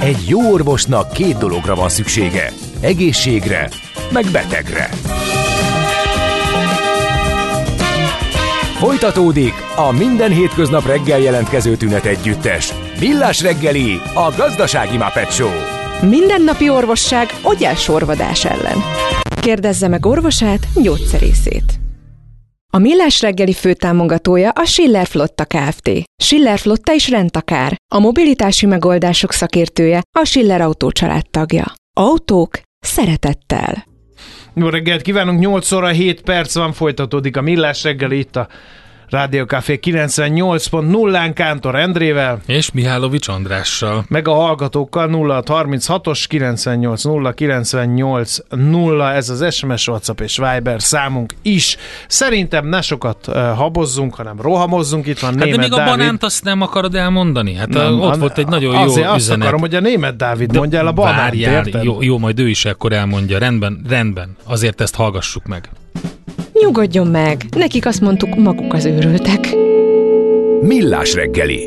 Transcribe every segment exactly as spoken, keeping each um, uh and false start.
Egy jó orvosnak két dologra van szüksége. Egészségre, meg betegre. Folytatódik a minden hétköznap reggel jelentkező tünet együttes. Millás reggeli, a gazdasági Muppet Show. Mindennapi orvosság ogyásorvadás ellen. Kérdezze meg orvosát, gyógyszerészét. A Millás reggeli főtámogatója a Schiller Flotta Kft. Schiller Flotta is rendtakár. A mobilitási megoldások szakértője, a Schiller Autó család tagja. Autók szeretettel. Jó reggelt kívánunk, nyolc óra hét perc van, folytatódik a Millás reggeli itt a Rádió Café kilencvennyolc pont nullán Kántor Endrével. És Mihálovics Andrással. Meg a hallgatókkal nulla hat harminchatos kilencvennyolc nulla kilencvennyolc nulla, ez az es em es, WhatsApp és Viber számunk is. Szerintem ne sokat uh, habozzunk, hanem rohamozzunk. Itt van hát Németh de még Dávid. A banánt azt nem akarod elmondani? Hát nem, ott a, volt egy nagyon jó azért üzenet. Azt akarom, hogy a Németh Dávid de mondja el a banánt, várjál, jó, jó, majd ő is akkor elmondja. Rendben, rendben. Azért ezt hallgassuk meg. Nyugodjon meg, nekik azt mondtuk, maguk az őrültek. Millás reggeli.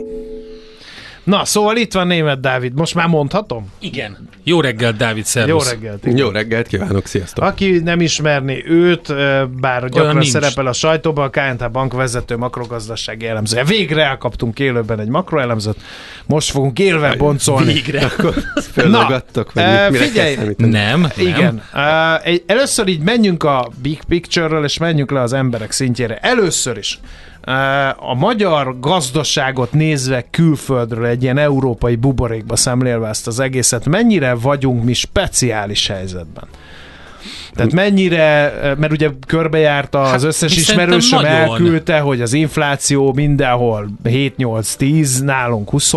Na, szóval itt van Németh Dávid, most már mondhatom? Igen. Jó reggelt, Dávid, szervusz. Jó reggelt. Igen. Jó reggelt kívánok, sziasztok. Aki nem ismerné őt, bár gyakran nincs. szerepel a sajtóban, a ká en té Bank vezető makrogazdasági elemzője. Végre elkaptunk élőben egy makroelemzőt, most fogunk élve boncolni. Végre. Akkor földagadtok, vagy Na, mire figyelj, kell számítani? Nem, nem. Igen. Uh, egy, először így menjünk a big picture-ről, és menjünk le az emberek szintjére. Először is uh, a magyar gazdaságot nézve külföldről, egy ilyen európai buborékba szemlélve ezt az egészet, mennyire vagyunk mi speciális helyzetben? Tehát mennyire, mert ugye körbejárta az összes hát, ismerősöm, nagyon. elküldte, hogy az infláció mindenhol hét nyolc tíz, nálunk húsz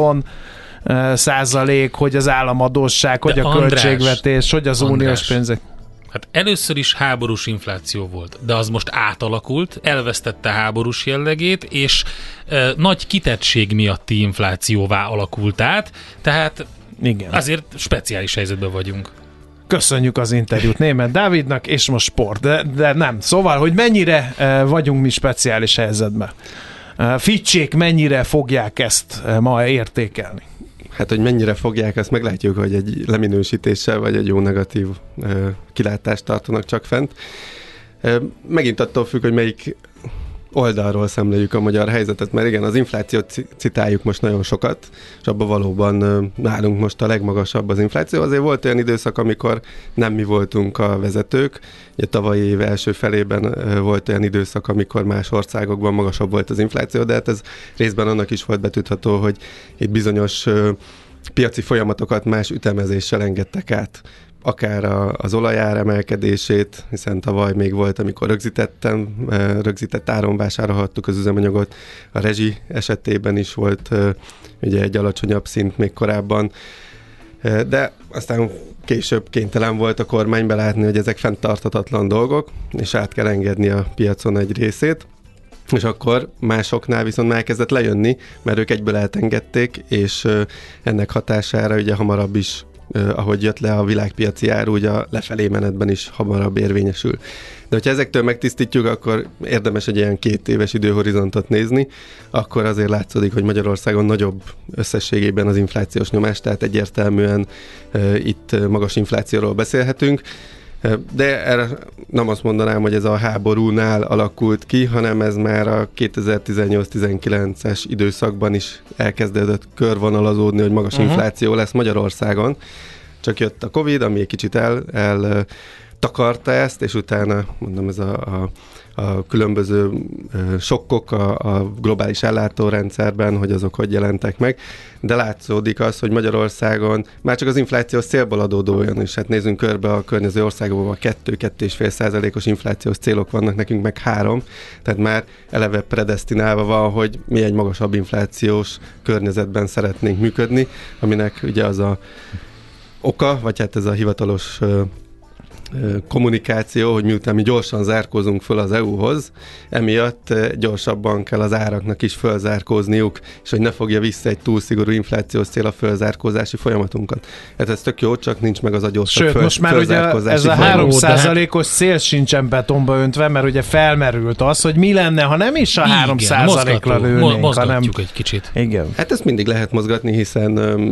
százalék, hogy az államadósság, hogy De a András, költségvetés, hogy az András. uniós pénzek. Hát először is háborús infláció volt, de az most átalakult, elvesztette háborús jellegét, és e, nagy kitettség miatti inflációvá alakult át, tehát Igen. azért speciális helyzetben vagyunk. Köszönjük az interjút Németh Dávidnak, és most sport, de, de nem. Szóval, hogy mennyire e, vagyunk mi speciális helyzetben? E, Fitcsék mennyire fogják ezt e, ma értékelni? Hát, hogy mennyire fogják, azt meglátjuk, hogy egy leminősítéssel vagy egy jó negatív ö, kilátást tartanak csak fent. Ö, megint attól függ, hogy melyik oldalról szemléljük a magyar helyzetet, mert igen, az inflációt citáljuk most nagyon sokat, és abban valóban ö, nálunk most a legmagasabb az infláció. Azért volt olyan időszak, amikor nem mi voltunk a vezetők. Ugye tavalyi év első felében ö, volt olyan időszak, amikor más országokban magasabb volt az infláció, de hát ez részben annak is volt betudható, hogy itt bizonyos ö, piaci folyamatokat más ütemezéssel engedtek át. Akár a, az olajár emelkedését, hiszen tavaly még volt, amikor rögzítettem, rögzített áron vásárolhattuk az üzemanyagot. A rezsi esetében is volt ugye egy alacsonyabb szint még korábban, de aztán később kénytelen volt a kormány belátni, hogy ezek fenntarthatatlan dolgok, és át kell engedni a piacon egy részét. És akkor másoknál viszont már kezdett lejönni, mert ők egyből elengedték, és ennek hatására ugye hamarabb is, ahogy jött le a világpiaci áru, ugye a lefelé menetben is hamarabb érvényesül. De hogyha ezektől megtisztítjuk, akkor érdemes egy ilyen két éves időhorizontot nézni, akkor azért látszódik, hogy Magyarországon nagyobb összességében az inflációs nyomás, tehát egyértelműen uh, itt magas inflációról beszélhetünk. De erre nem azt mondanám, hogy ez a háborúnál alakult ki, hanem ez már a kétezer-tizennyolc-tizenkilences időszakban is elkezdődött körvonalazódni, hogy magas uh-huh. infláció lesz Magyarországon. Csak jött a Covid, ami egy kicsit el, el takarta ezt, és utána mondom, ez a, a, a különböző sokkok a, a globális ellátórendszerben, hogy azok hogy jelentek meg, de látszódik az, hogy Magyarországon már csak az inflációs célból adódóan is, hát nézzünk körbe a környező országokban, a kettő-kettő egész öt százalékos inflációs célok vannak, nekünk meg három, tehát már eleve predesztinálva van, hogy mi egy magasabb inflációs környezetben szeretnénk működni, aminek ugye az a oka, vagy hát ez a hivatalos kommunikáció, hogy miután mi gyorsan zárkózunk föl az é u-hoz, emiatt gyorsabban kell az áraknak is fölzárkózniuk, és hogy ne fogja vissza egy túl szigorú inflációs cél a fölzárkózási folyamatunkat. Hát ez tök jó, csak nincs meg az a gyorsabb Sőt, föl, most már ugye ez a három százalékos cél sincsen betonba öntve, mert ugye felmerült az, hogy mi lenne, ha nem is a három százalékra lőnénk, mozgatjuk hanem... egy kicsit. Igen. Hát ezt mindig lehet mozgatni, hiszen um,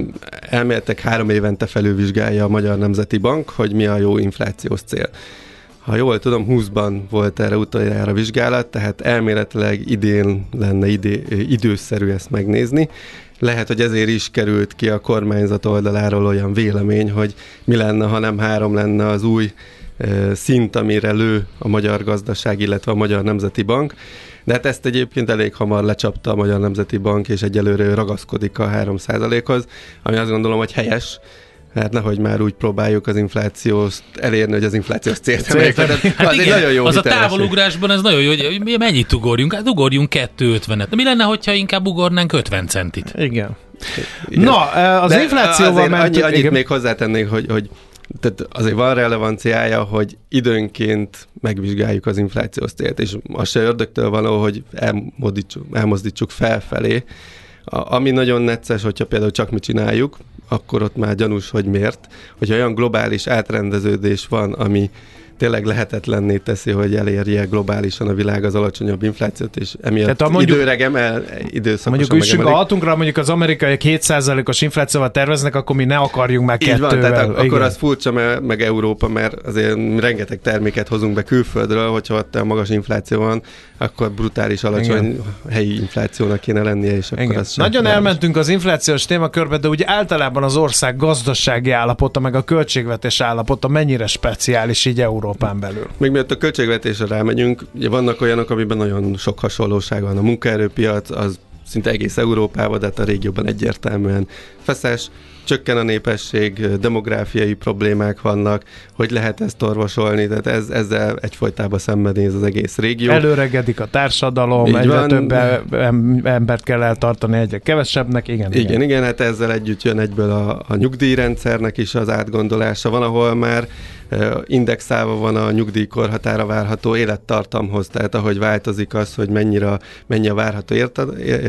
elméletek három évente felülvizsgálja a Magyar Nemzeti Bank, hogy mi a jó inflációs cél. Ha jól tudom, húszban volt erre utoljára vizsgálat, tehát elméletileg idén lenne idé, időszerű ezt megnézni. Lehet, hogy ezért is került ki a kormányzat oldaláról olyan vélemény, hogy mi lenne, ha nem három lenne az új e, szint, amire lő a magyar gazdaság, illetve a Magyar Nemzeti Bank. De hát ezt egyébként elég hamar lecsapta a Magyar Nemzeti Bank, és egyelőre ragaszkodik a három százalékhoz, ami azt gondolom, hogy helyes. Hát nehogy már úgy próbáljuk az inflációt elérni, hogy az inflációs célt emeljük. Hát az igen, jó az a távolugrásban ez nagyon jó, hogy mennyit ugorjunk? Hát ugorjunk kettő ötvenet. Mi lenne, hogyha inkább ugornánk ötven centit? Igen. igen. Na, az de inflációval mentünk. Annyi, annyit igen. még hozzátennék, hogy, hogy tehát azért van relevanciája, hogy időnként megvizsgáljuk az inflációs célt, és az se ördögtől való, hogy elmozdítsuk, elmozdítsuk felfelé. A, ami nagyon necces, hogyha például csak mi csináljuk, akkor ott már gyanús, hogy miért. Hogyha olyan globális átrendeződés van, ami tényleg lehetetlenné teszi, hogy elérje globálisan a világ az alacsonyabb inflációt, és emiatt mondjuk, időreg emel, időszakosan mondjuk üssünk a hatunkra, mondjuk az amerikaiak hét százalékos inflációval terveznek, akkor mi ne akarjunk már így kettővel. Így van, tehát akkor az furcsa, mert, meg Európa, mert azért rengeteg terméket hozunk be külföldről, hogyha ott a magas infláció van, akkor brutális alacsony igen. helyi inflációnak kéne lennie, és akkor igen. az sem. Nagyon elmentünk az inflációs témakörbe, de ugye általában az ország gazdasági állapota, meg a költségvetés állapota mennyire speciális így Európán belül. Még miatt a költségvetésre rámegyünk, ugye vannak olyanok, amiben nagyon sok hasonlóság van. A munkaerőpiac az szinte egész Európában, de hát a régióban egyértelműen feszes. Csökken a népesség, demográfiai problémák vannak, hogy lehet ezt orvosolni, tehát ez, ezzel egyfolytában szenvednéz az egész régió. Előregedik a társadalom, így egyre van. Több embert kell eltartani, egyre kevesebbnek, igen. Igen, igen, igen hát ezzel együtt jön egyből a, a nyugdíjrendszernek is az átgondolása. Van, ahol már indexálva van a nyugdíjkorhatára várható élettartamhoz, tehát ahogy változik az, hogy mennyire, mennyi a várható érte,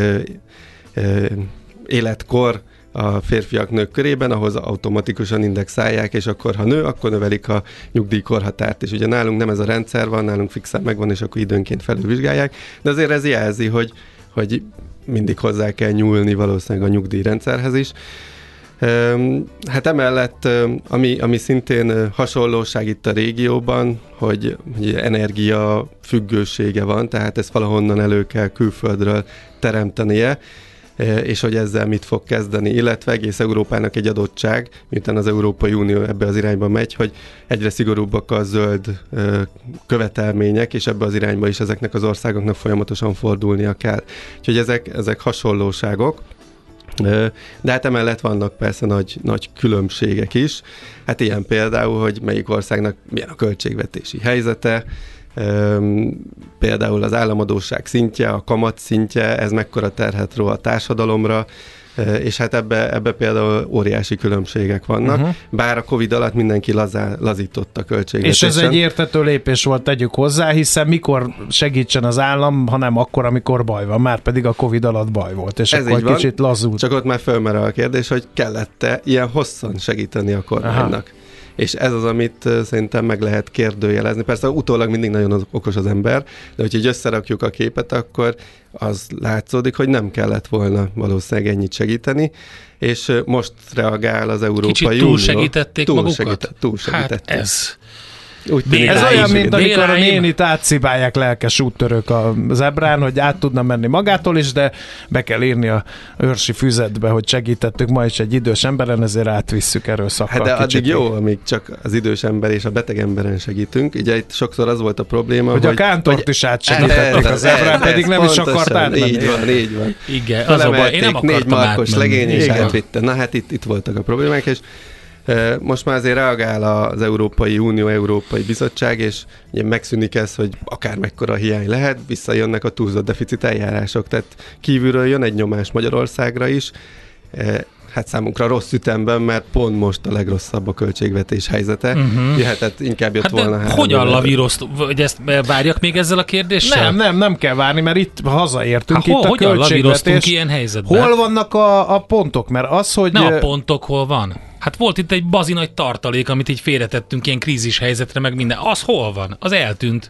életkor a férfiak nők körében, ahhoz automatikusan indexálják, és akkor, ha nő, akkor növelik a nyugdíjkorhatárt. És ugye nálunk nem ez a rendszer van, nálunk fixen megvan, és akkor időnként felülvizsgálják, de azért ez jelzi, hogy, hogy mindig hozzá kell nyúlni valószínűleg a nyugdíjrendszerhez is. Hát emellett, ami, ami szintén hasonlóság itt a régióban, hogy, hogy energia függősége van, tehát ezt valahonnan elő kell külföldről teremtenie, és hogy ezzel mit fog kezdeni, illetve egész Európának egy adottság, miután az Európai Unió ebbe az irányba megy, hogy egyre szigorúbbak a zöld követelmények, és ebbe az irányba is ezeknek az országoknak folyamatosan fordulnia kell. Úgyhogy ezek, ezek hasonlóságok. De hát emellett vannak persze nagy, nagy különbségek is. Hát ilyen például, hogy melyik országnak milyen a költségvetési helyzete, például az államadósság szintje, a kamat szintje, ez mekkora terhet ró a társadalomra, és hát ebbe, ebbe például óriási különbségek vannak, uh-huh. bár a Covid alatt mindenki lazá, lazított a költségvetésen. És ez egy értető lépés volt, tegyük hozzá, hiszen mikor segítsen az állam, hanem akkor, amikor baj van, már pedig a Covid alatt baj volt, és ez akkor egy van, kicsit lazult. Csak ott már fölmerül a kérdés, hogy kellett-e ilyen hosszan segíteni a kormánynak. Aha. És ez az, amit szerintem meg lehet kérdőjelezni. Persze utólag mindig nagyon okos az ember, de hogyha így összerakjuk a képet, akkor az látszódik, hogy nem kellett volna valószínűleg ennyit segíteni, és most reagál az Európai Kicsit Unió. túl segítették túl magukat? Segített, túl segítették. Hát ez... Úgy tűnik, ez olyan, mint amikor a nénit átszibálják lelkes úttörők a zebrán, hogy át tudna menni magától is, de be kell írni a őrsi füzetbe, hogy segítettük ma is egy idős emberen, ezért átvisszük erőszakkal. Hát de addig jó, amíg csak az idős ember és a beteg emberen segítünk. Ugye itt sokszor az volt a probléma, hogy... Hogy a kántort hogy... is átsegítették a zebrán, pedig nem is akart átmenni. Így van, így van. Igen, az a baj, én nem akartam négy markos átmenni. legény, és átvitte. Na hát itt, itt voltak a problémák, és most már azért reagál az Európai Unió, Európai Bizottság, és ugye megszűnik ez, hogy akár mekkora hiány lehet, visszajönnek a túlzott deficit eljárások. Tehát kívülről jön egy nyomás Magyarországra is, hát számunkra rossz ütemben, mert pont most a legrosszabb a költségvetés helyzete. Uh-huh. Jöhetett, inkább jött hát volna három. Hogyan lavíroztunk? Vagy ezt várjak még ezzel a kérdéssel? Nem, nem, nem kell várni, mert itt hazaértünk. Há, itt a hogyan lavíroztunk költségvetés. Ilyen helyzetben? Hol vannak a, a pontok? Mert az, hogy... Ne a pontok hol van? Hát volt itt egy bazinagy tartalék, amit így félretettünk ilyen krízis helyzetre, meg minden. Az hol van? Az eltűnt.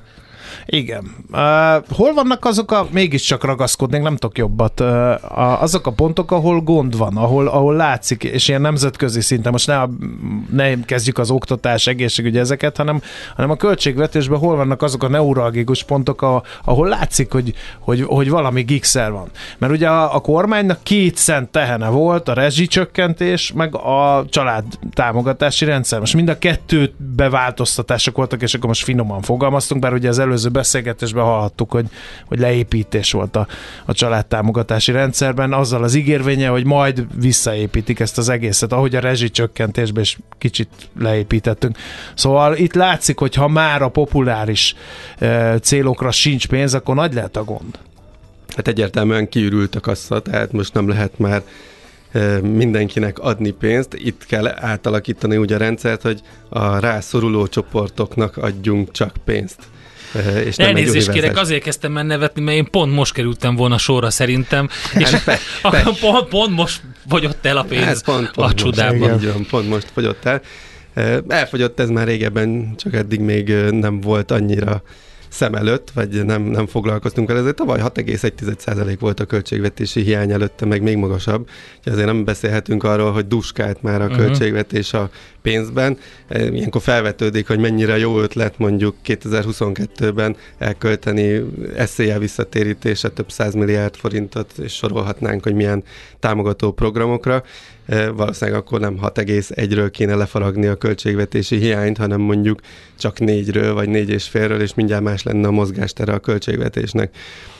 Igen. Uh, hol vannak azok a, mégiscsak ragaszkodnék, nem tudok jobbat, uh, azok a pontok, ahol gond van, ahol, ahol látszik, és ilyen nemzetközi szinten, most ne, a, ne kezdjük az oktatás, egészségügy ezeket, hanem, hanem a költségvetésben hol vannak azok a neuralgikus pontok, a, ahol látszik, hogy, hogy, hogy valami gigszer van. Mert ugye a, a kormánynak két szent tehene volt, a rezsicsökkentés, meg a család támogatási rendszer. Most mind a kettőt beváltoztatások voltak, és akkor most finoman fogalmaztunk, bár ugye az előző beszélgetésben hallhattuk, hogy, hogy leépítés volt a, a családtámogatási rendszerben, azzal az ígérvénye, hogy majd visszaépítik ezt az egészet, ahogy a rezsicsökkentésben is kicsit leépítettünk. Szóval itt látszik, hogy ha már a populáris e, célokra sincs pénz, akkor nagy lehet a gond. Hát egyértelműen kiürült a kassa, tehát most nem lehet már e, mindenkinek adni pénzt. Itt kell átalakítani úgy a rendszert, hogy a rászoruló csoportoknak adjunk csak pénzt. És nem elnézést kérek, azért kezdtem már nevetni, mert én pont most kerültem volna sorra szerintem, és hát, pe, pe. Pont, pont most fogyott el a pénz hát pont, pont a csodában. Most, van, pont most fogyott el. Elfogyott ez már régebben, csak eddig még nem volt annyira szem előtt, vagy nem, nem foglalkoztunk vele. Ezért tavaly hat egész egy százalék volt a költségvetési hiány, előtte meg még magasabb. Úgyhogy azért nem beszélhetünk arról, hogy duskált már a uh-huh. költségvetés a pénzben. Ilyenkor felvetődik, hogy mennyire jó ötlet mondjuk kétezer-huszonkettőben elkölteni es zé á visszatérítése több száz milliárd forintot, és sorolhatnánk, hogy milyen támogató programokra. Valószínűleg akkor nem hat egész egyről kéne lefaragni a költségvetési hiányt, hanem mondjuk csak négyről, vagy négy és félről, és mindjárt más lenne a mozgástere a költségvetésnek.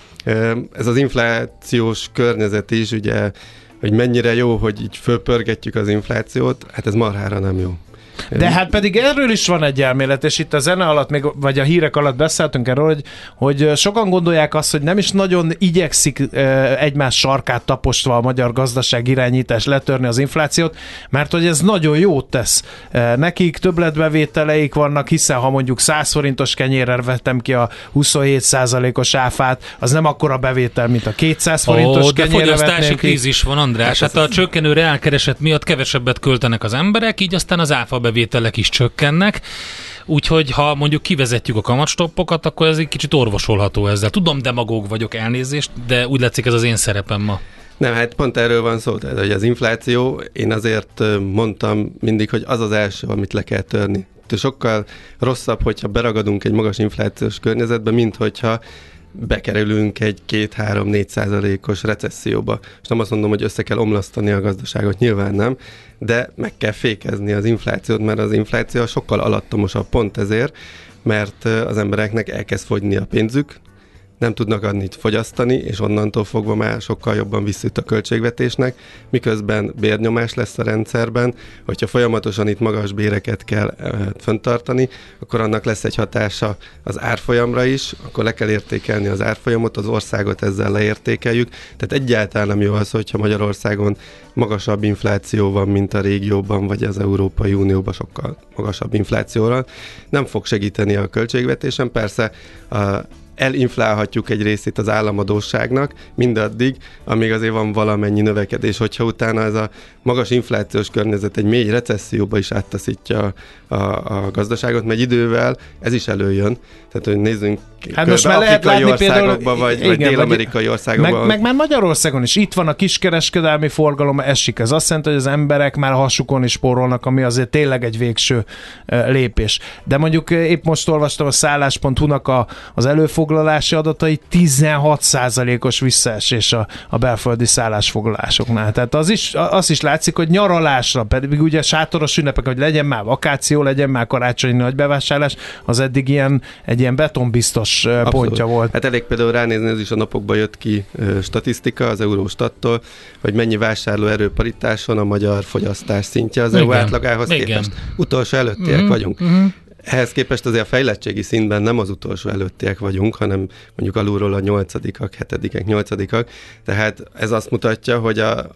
Ez az inflációs környezet is, ugye, hogy mennyire jó, hogy így fölpörgetjük az inflációt, hát ez marhára nem jó. De hát pedig erről is van egy elmélet, és itt a zene alatt, még, vagy a hírek alatt beszéltünk erről, hogy, hogy sokan gondolják azt, hogy nem is nagyon igyekszik egymás sarkát taposva a magyar gazdaság irányítás letörni az inflációt, mert hogy ez nagyon jót tesz. Nekik többletbevételeik vannak, hiszen ha mondjuk száz forintos kenyérre vettem ki a huszonhét százalékos áfát, az nem akkora bevétel, mint a kétszáz forintos oh, kenyérre vettem ki. De fogyasztási krízis van, András. Hát, hát a csökkenő reálkereset miatt kevesebbet költenek az emberek, így aztán az áfa bevételek is csökkennek, úgyhogy ha mondjuk kivezetjük a kamatstoppokat, akkor ez egy kicsit orvosolható ezzel. Tudom, demagóg vagyok, elnézést, de úgy látszik, ez az én szerepem ma. Nem, hát pont erről van szó, tehát, hogy az infláció, én azért mondtam mindig, hogy az az első, amit le kell törni. Sokkal rosszabb, hogyha beragadunk egy magas inflációs környezetbe, mint hogyha bekerülünk egy két-három-négy százalékos recesszióba. És nem azt mondom, hogy össze kell omlasztani a gazdaságot, nyilván nem, de meg kell fékezni az inflációt, mert az infláció sokkal alattomosabb pont ezért, mert az embereknek elkezd fogyni a pénzük, nem tudnak annyit fogyasztani, és onnantól fogva már sokkal jobban visszüt a költségvetésnek, miközben bérnyomás lesz a rendszerben, hogyha folyamatosan itt magas béreket kell e, fenntartani, akkor annak lesz egy hatása az árfolyamra is, akkor le kell értékelni az árfolyamot, az országot ezzel leértékeljük, tehát egyáltalán nem jó az, hogyha Magyarországon magasabb infláció van, mint a régióban, vagy az Európai Unióban sokkal magasabb inflációra. Nem fog segíteni a költségvetésen, persze a elinflálhatjuk egy részét az államadósságnak, mindaddig, amíg azért van valamennyi növekedés, hogyha utána ez a magas inflációs környezet egy mély recesszióba is áttaszítja a, a gazdaságot, mert idővel ez is előjön. Tehát, hogy nézzünk hát most már lehet látni országokba, például, vagy, igen, vagy dél-amerikai országokba. Meg, meg már Magyarországon is. Itt van a kiskereskedelmi forgalom, esik. Ez azt jelenti, hogy az emberek már hasukon is spórolnak, ami azért tényleg egy végső lépés. De mondjuk épp most olvastam a szállás pont hu-nak a, az előfoglalási adatai, tizenhat százalékos visszaesés a, a belföldi szállásfoglalásoknál. Tehát az is, az is látszik, hogy nyaralásra, pedig ugye sátoros ünnepek, hogy legyen már vakáció, legyen már karácsonyi nagy bevásárlás, az eddig ilyen, egy ilyen betonbiztos Abszolút. Pontja volt. Hát elég például ránézni, ez is a napokban jött ki ö, statisztika az Eurostattól, hogy mennyi vásárlóerő paritáson a magyar fogyasztás szintje az Igen. é u átlagához Igen. képest. Utolsó előttiek mm-hmm. vagyunk. Mm-hmm. Ehhez képest azért a fejlettségi szintben nem az utolsó előttiek vagyunk, hanem mondjuk alulról a nyolcadikak, hetedikek, nyolcadikak. Tehát ez azt mutatja, hogy a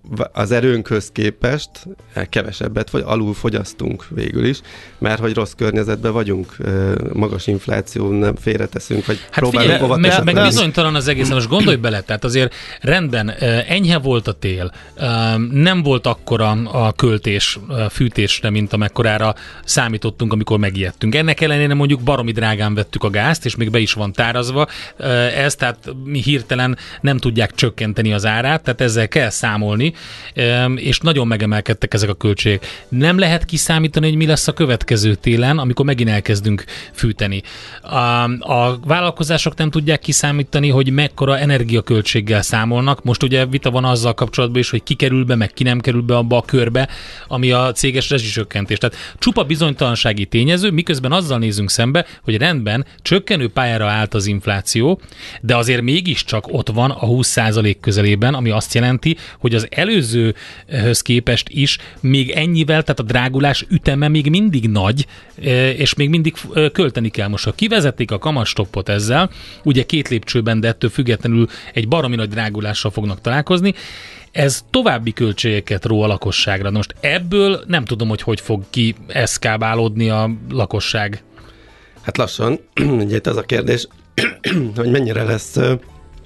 az erőnkhöz képest kevesebbet, vagy alul fogyasztunk végül is, mert hogy rossz környezetben vagyunk, magas infláció, nem félreteszünk, vagy hát próbálunk figyelj, óvatosan. meg, meg bizonytalan az egész, most gondolj bele, tehát azért rendben, enyhe volt a tél, nem volt akkora a költés fűtésre, mint amekkorára számítottunk, amikor megijedtünk. Ennek ellenére mondjuk baromi drágán vettük a gázt, és még be is van tárazva ez, tehát mi hirtelen nem tudják csökkenteni az árát, tehát ezzel kell számolni, és nagyon megemelkedtek ezek a költségek. Nem lehet kiszámítani, hogy mi lesz a következő télen, amikor megint elkezdünk fűteni. A, a vállalkozások nem tudják kiszámítani, hogy mekkora energiaköltséggel számolnak. Most ugye vita van azzal kapcsolatban is, hogy ki kerül be, meg ki nem kerül be abba a körbe, ami a céges rezsicsökkentés. Tehát csupa bizonytalansági tényező, miközben azzal nézünk szembe, hogy rendben csökkenő pályára állt az infláció, de azért mégiscsak ott van a húsz százalék közelében, ami azt jelenti, hogy az előzőhöz képest is még ennyivel, tehát a drágulás üteme még mindig nagy, és még mindig költeni kell. Most, ha kivezették a kamatstoppot ezzel, ugye két lépcsőben, de ettől függetlenül egy baromi nagy drágulással fognak találkozni, ez további költségeket ró a lakosságra. Most ebből nem tudom, hogy hogy fog ki eszkábálódni a lakosság. Hát lassan, ugye itt az a kérdés, hogy mennyire lesz a,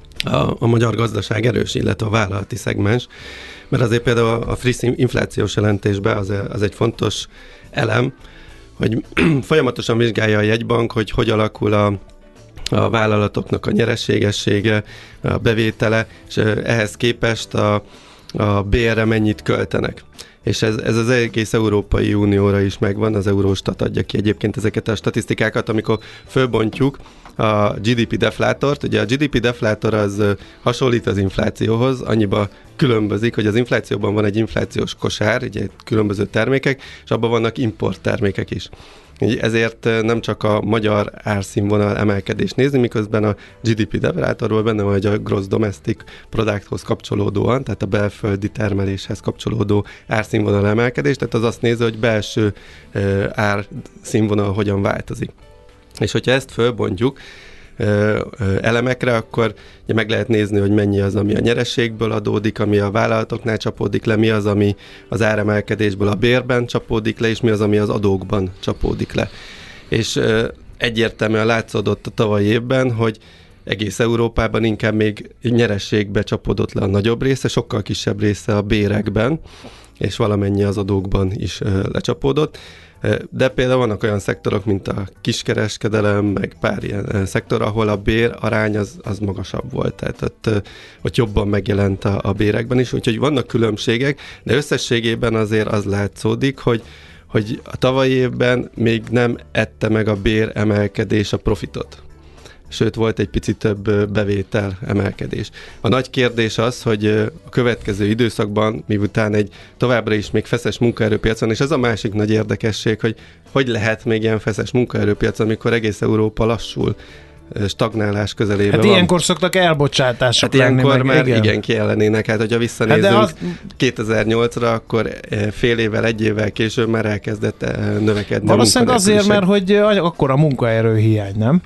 a magyar gazdaság erős, illetve a vállalati szegmens, mert azért például a friss inflációs jelentésben az, az egy fontos elem, hogy folyamatosan vizsgálja a jegybank, hogy hogy alakul a a vállalatoknak a nyereségessége, a bevétele, és ehhez képest a, a bérre mennyit költenek. És ez, ez az egész Európai Unióra is megvan, az Eurostat adja ki egyébként ezeket a statisztikákat, amikor fölbontjuk a gé dé pé deflátort. Ugye a gé dé pé deflátor az hasonlít az inflációhoz, annyiba különbözik, hogy az inflációban van egy inflációs kosár, ugye különböző termékek, és abban vannak import termékek is. Ezért nem csak a magyar árszínvonal emelkedést nézni, miközben a gé dé pé deflátorból benne van, hogy a gross domestic producthoz kapcsolódóan, tehát a belföldi termeléshez kapcsolódó árszínvonal emelkedés, tehát az azt nézi, hogy belső árszínvonal hogyan változik. És hogyha ezt fölbontjuk elemekre, akkor ugye meg lehet nézni, hogy mennyi az, ami a nyereségből adódik, ami a vállalatoknál csapódik le, mi az, ami az áremelkedésből a bérben csapódik le, és mi az, ami az adókban csapódik le. És egyértelműen látszódott a tavalyi évben, hogy egész Európában inkább még nyerességbe csapódott le a nagyobb része, sokkal kisebb része a bérekben, és valamennyi az adókban is lecsapódott. De például vannak olyan szektorok, mint a kiskereskedelem, meg pár ilyen szektor, ahol a bér arány az, az magasabb volt, tehát ott, ott jobban megjelent a, a bérekben is, úgyhogy vannak különbségek, de összességében azért az látszódik, hogy, hogy a tavalyi évben még nem ette meg a bér emelkedés a profitot. Sőt, volt egy picit több bevétel emelkedés. A nagy kérdés az, hogy a következő időszakban, miután egy továbbra is még feszes munkaerőpiac van, és ez a másik nagy érdekesség, hogy hogy lehet még ilyen feszes munkaerőpiac, amikor egész Európa lassul, stagnálás közelében hát van. ilyenkor szoktak elbocsátások hát lenni. ilyenkor meg, már igen, igen kiellenének. Hát, hogyha visszanézünk hát az... kétezer-nyolcra, akkor fél évvel, egy évvel később már elkezdett növekedni. Valószínűleg azért, mert hogy akkor a munkaerő hiány, nem?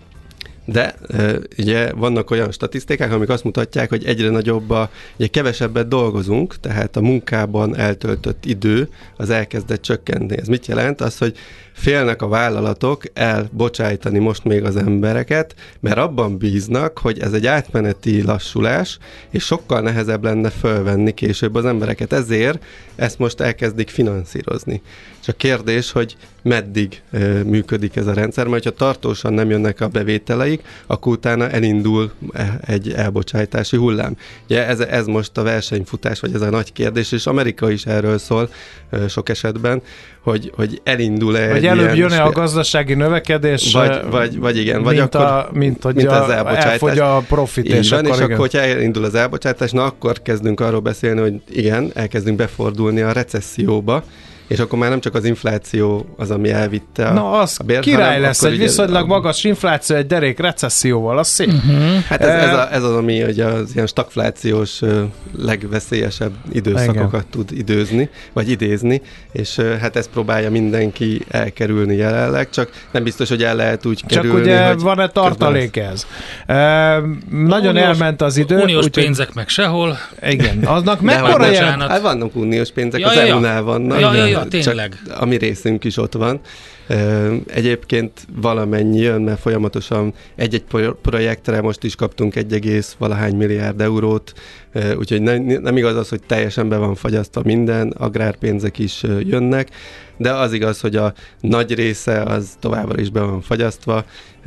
De ugye vannak olyan statisztikák, amik azt mutatják, hogy egyre nagyobb a, ugye kevesebbet dolgozunk, tehát a munkában eltöltött idő az elkezdett csökkenni. Ez mit jelent? Az, hogy félnek a vállalatok elbocsájtani most még az embereket, mert abban bíznak, hogy ez egy átmeneti lassulás, és sokkal nehezebb lenne fölvenni később az embereket. Ezért ezt most elkezdik finanszírozni. Csak kérdés, hogy meddig e, működik ez a rendszer, mert ha tartósan nem jönnek a bevételeik, akkor utána elindul egy elbocsájtási hullám. Ugye ez, ez most a versenyfutás, vagy ez a nagy kérdés, és Amerika is erről szól e, sok esetben, hogy, hogy elindul-e vagy előbb jön-e a gazdasági növekedés, vagy, vagy, vagy igen, vagy mint, akkor, a, mint hogy mint a, az elbocsátás. Elfogy a profit. Így és van, akkor, és igen. akkor, hogyha elindul az elbocsátás, na akkor kezdünk arról beszélni, hogy igen, elkezdünk befordulni a recesszióba, és akkor már nem csak az infláció az, ami elvitte a, Na, az a bért, király lesz, egy ugye, viszonylag a, magas infláció, egy derék recesszióval, az szép. Uh-huh. Hát ez, ez, a, ez az, ami ugye az ilyen stagflációs legveszélyesebb időszakokat Igen. tud időzni, vagy idézni, és hát ezt próbálja mindenki elkerülni jelenleg, csak nem biztos, hogy el lehet úgy csak kerülni, ugye hogy van-e tartalék ez? E, nagyon uniós, elment az idő. Uniós úgy, pénzek meg sehol. Igen, aznak mekkora jelent? Hát vannak uniós pénzek, ja, az ja, é u-nál vannak. Ja, ja, ja, tényleg. Csak a mi részünk is ott van. Egyébként valamennyi jön, mert folyamatosan egy-egy projektre most is kaptunk egy egész valahány milliárd eurót, úgyhogy nem, nem igaz az, hogy teljesen be van fagyasztva minden, agrárpénzek is jönnek, de az igaz, hogy a nagy része az továbbra is be van fagyasztva,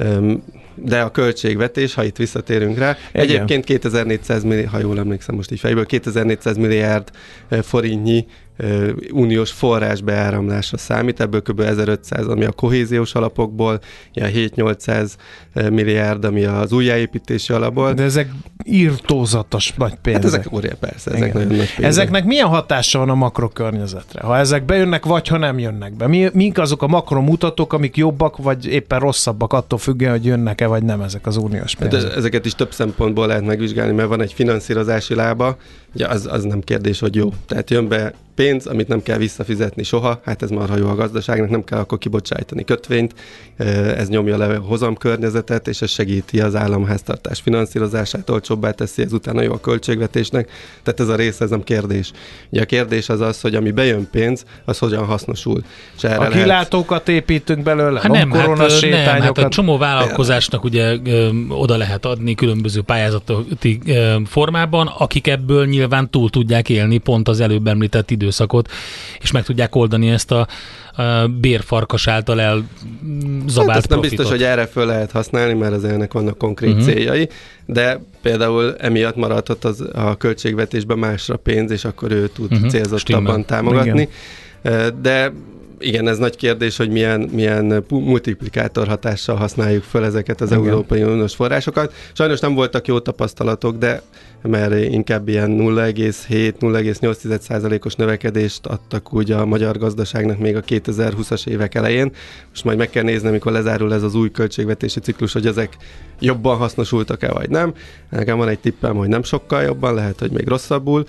de a költségvetés, ha itt visszatérünk rá, Igen. egyébként kétezer-négyszáz milliárd, ha jól emlékszem most így fejből, kétezer-négyszáz milliárd forintnyi Uh, uniós forrás beáramlásra számít, ebből kb. ezerötszáz, ami a kohéziós alapokból, ilyen hét-nyolcszáz milliárd, ami az újjáépítési alapból. De ezek írtózatos nagy pénzek. Hát ezek óriás, persze, ezek nagyon nagy pénzek. Ezeknek milyen hatása van a makrokörnyezetre? Ha ezek bejönnek, vagy ha nem jönnek be? Mi, mink azok a makromutatók, amik jobbak, vagy éppen rosszabbak, attól függően, hogy jönnek-e, vagy nem ezek az uniós pénzek? Hát ezeket is több szempontból lehet megvizsgálni, mert van egy finanszírozási lába, ugye az, az nem kérdés, hogy jó. Tehát jön be pénz, amit nem kell visszafizetni soha, hát ez marha jó a gazdaságnak, nem kell akkor kibocsájtani kötvényt, ez nyomja le a hozamkörnyezetet, és ez segíti az államháztartás finanszírozását, olcsóbbá teszi, ez utána jó a költségvetésnek, tehát ez a rész, ez nem kérdés. Ugye a kérdés az az, hogy ami bejön pénz, az hogyan hasznosul. És erre a kilátókat lehet... építünk belőle, hát nem, hát, nem, hát a csomó vállalkozásnak ugye ö, oda lehet adni különböző pályázati ö, formában, akik ebből nyilván túl tudják élni pont az előbb említett időszakot, és meg tudják oldani ezt a, a bérfarkas által elzabált hát nem biztos, hogy erre föl lehet használni, mert az ennek vannak konkrét uh-huh. céljai, de például emiatt maradhat az a költségvetésben másra pénz, és akkor ő tud uh-huh. célzottabban Stimmel. támogatni. Igen. De igen, ez nagy kérdés, hogy milyen, milyen multiplikátor hatással használjuk föl ezeket az Igen. Európai Uniós forrásokat. Sajnos nem voltak jó tapasztalatok, de mert inkább ilyen nulla egész hét - nulla egész nyolc százalékos növekedést adtak úgy a magyar gazdaságnak még a kétezer-húszas évek elején. Most majd meg kell nézni, amikor lezárul ez az új költségvetési ciklus, hogy ezek jobban hasznosultak-e, vagy nem. Nekem van egy tippem, hogy nem sokkal jobban, lehet, hogy még rosszabbul,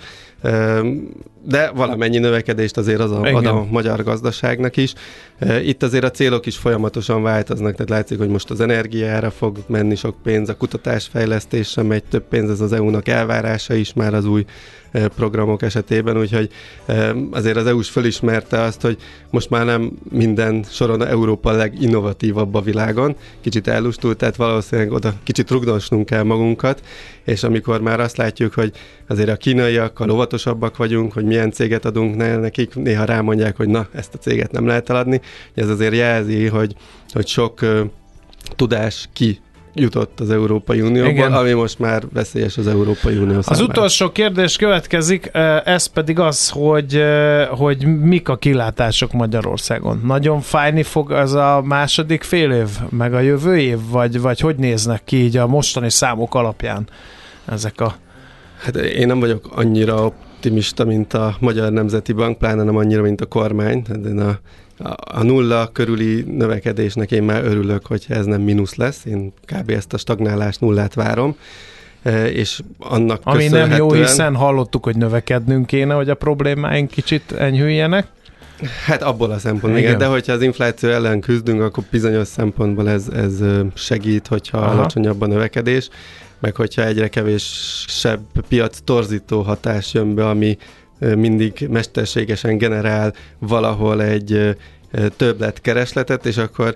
de valamennyi növekedést azért az a, ad a magyar gazdaságnak is. Itt azért a célok is folyamatosan változnak, tehát látszik, hogy most az energiára fog menni sok pénz, a kutatásfejlesztésre megy több pénz, ez az é u-nak elvárása is már az új programok esetében, úgyhogy azért az é u is fölismerte azt, hogy most már nem minden soron Európa leginnovatívabb a világon, kicsit ellustult, tehát valószínűleg oda kicsit rugdosnunk kell magunkat, és amikor már azt látjuk, hogy azért a kínaiakkal óvatosabbak vagyunk, hogy milyen céget adunk nekik, néha rámondják, hogy na, ezt a céget nem lehet eladni, ez azért jelzi, hogy, hogy sok uh, tudás ki jutott az Európai Unióból, Igen. ami most már veszélyes az Európai Unió számára. Az utolsó kérdés következik, ez pedig az, hogy, hogy mik a kilátások Magyarországon. Nagyon fájni fog az a második fél év, meg a jövő év, vagy, vagy hogy néznek ki így a mostani számok alapján ezek a... Hát én nem vagyok annyira optimista, mint a Magyar Nemzeti Bank, pláne nem annyira, mint a kormány. A, a, a nulla körüli növekedésnek én már örülök, hogy ez nem mínusz lesz. Én kb. Ezt a stagnálást, nullát várom. E, és annak Ami nem jó, hiszen hallottuk, hogy növekednünk kéne, hogy a problémáink kicsit enyhüljenek. Hát abból a szempontból, igen. De hogyha az infláció ellen küzdünk, akkor bizonyos szempontból ez, ez segít, hogyha Aha. alacsonyabb a növekedés, meg hogyha egyre kevésebb piac torzító hatás jön be, ami mindig mesterségesen generál valahol egy többletkeresletet, és akkor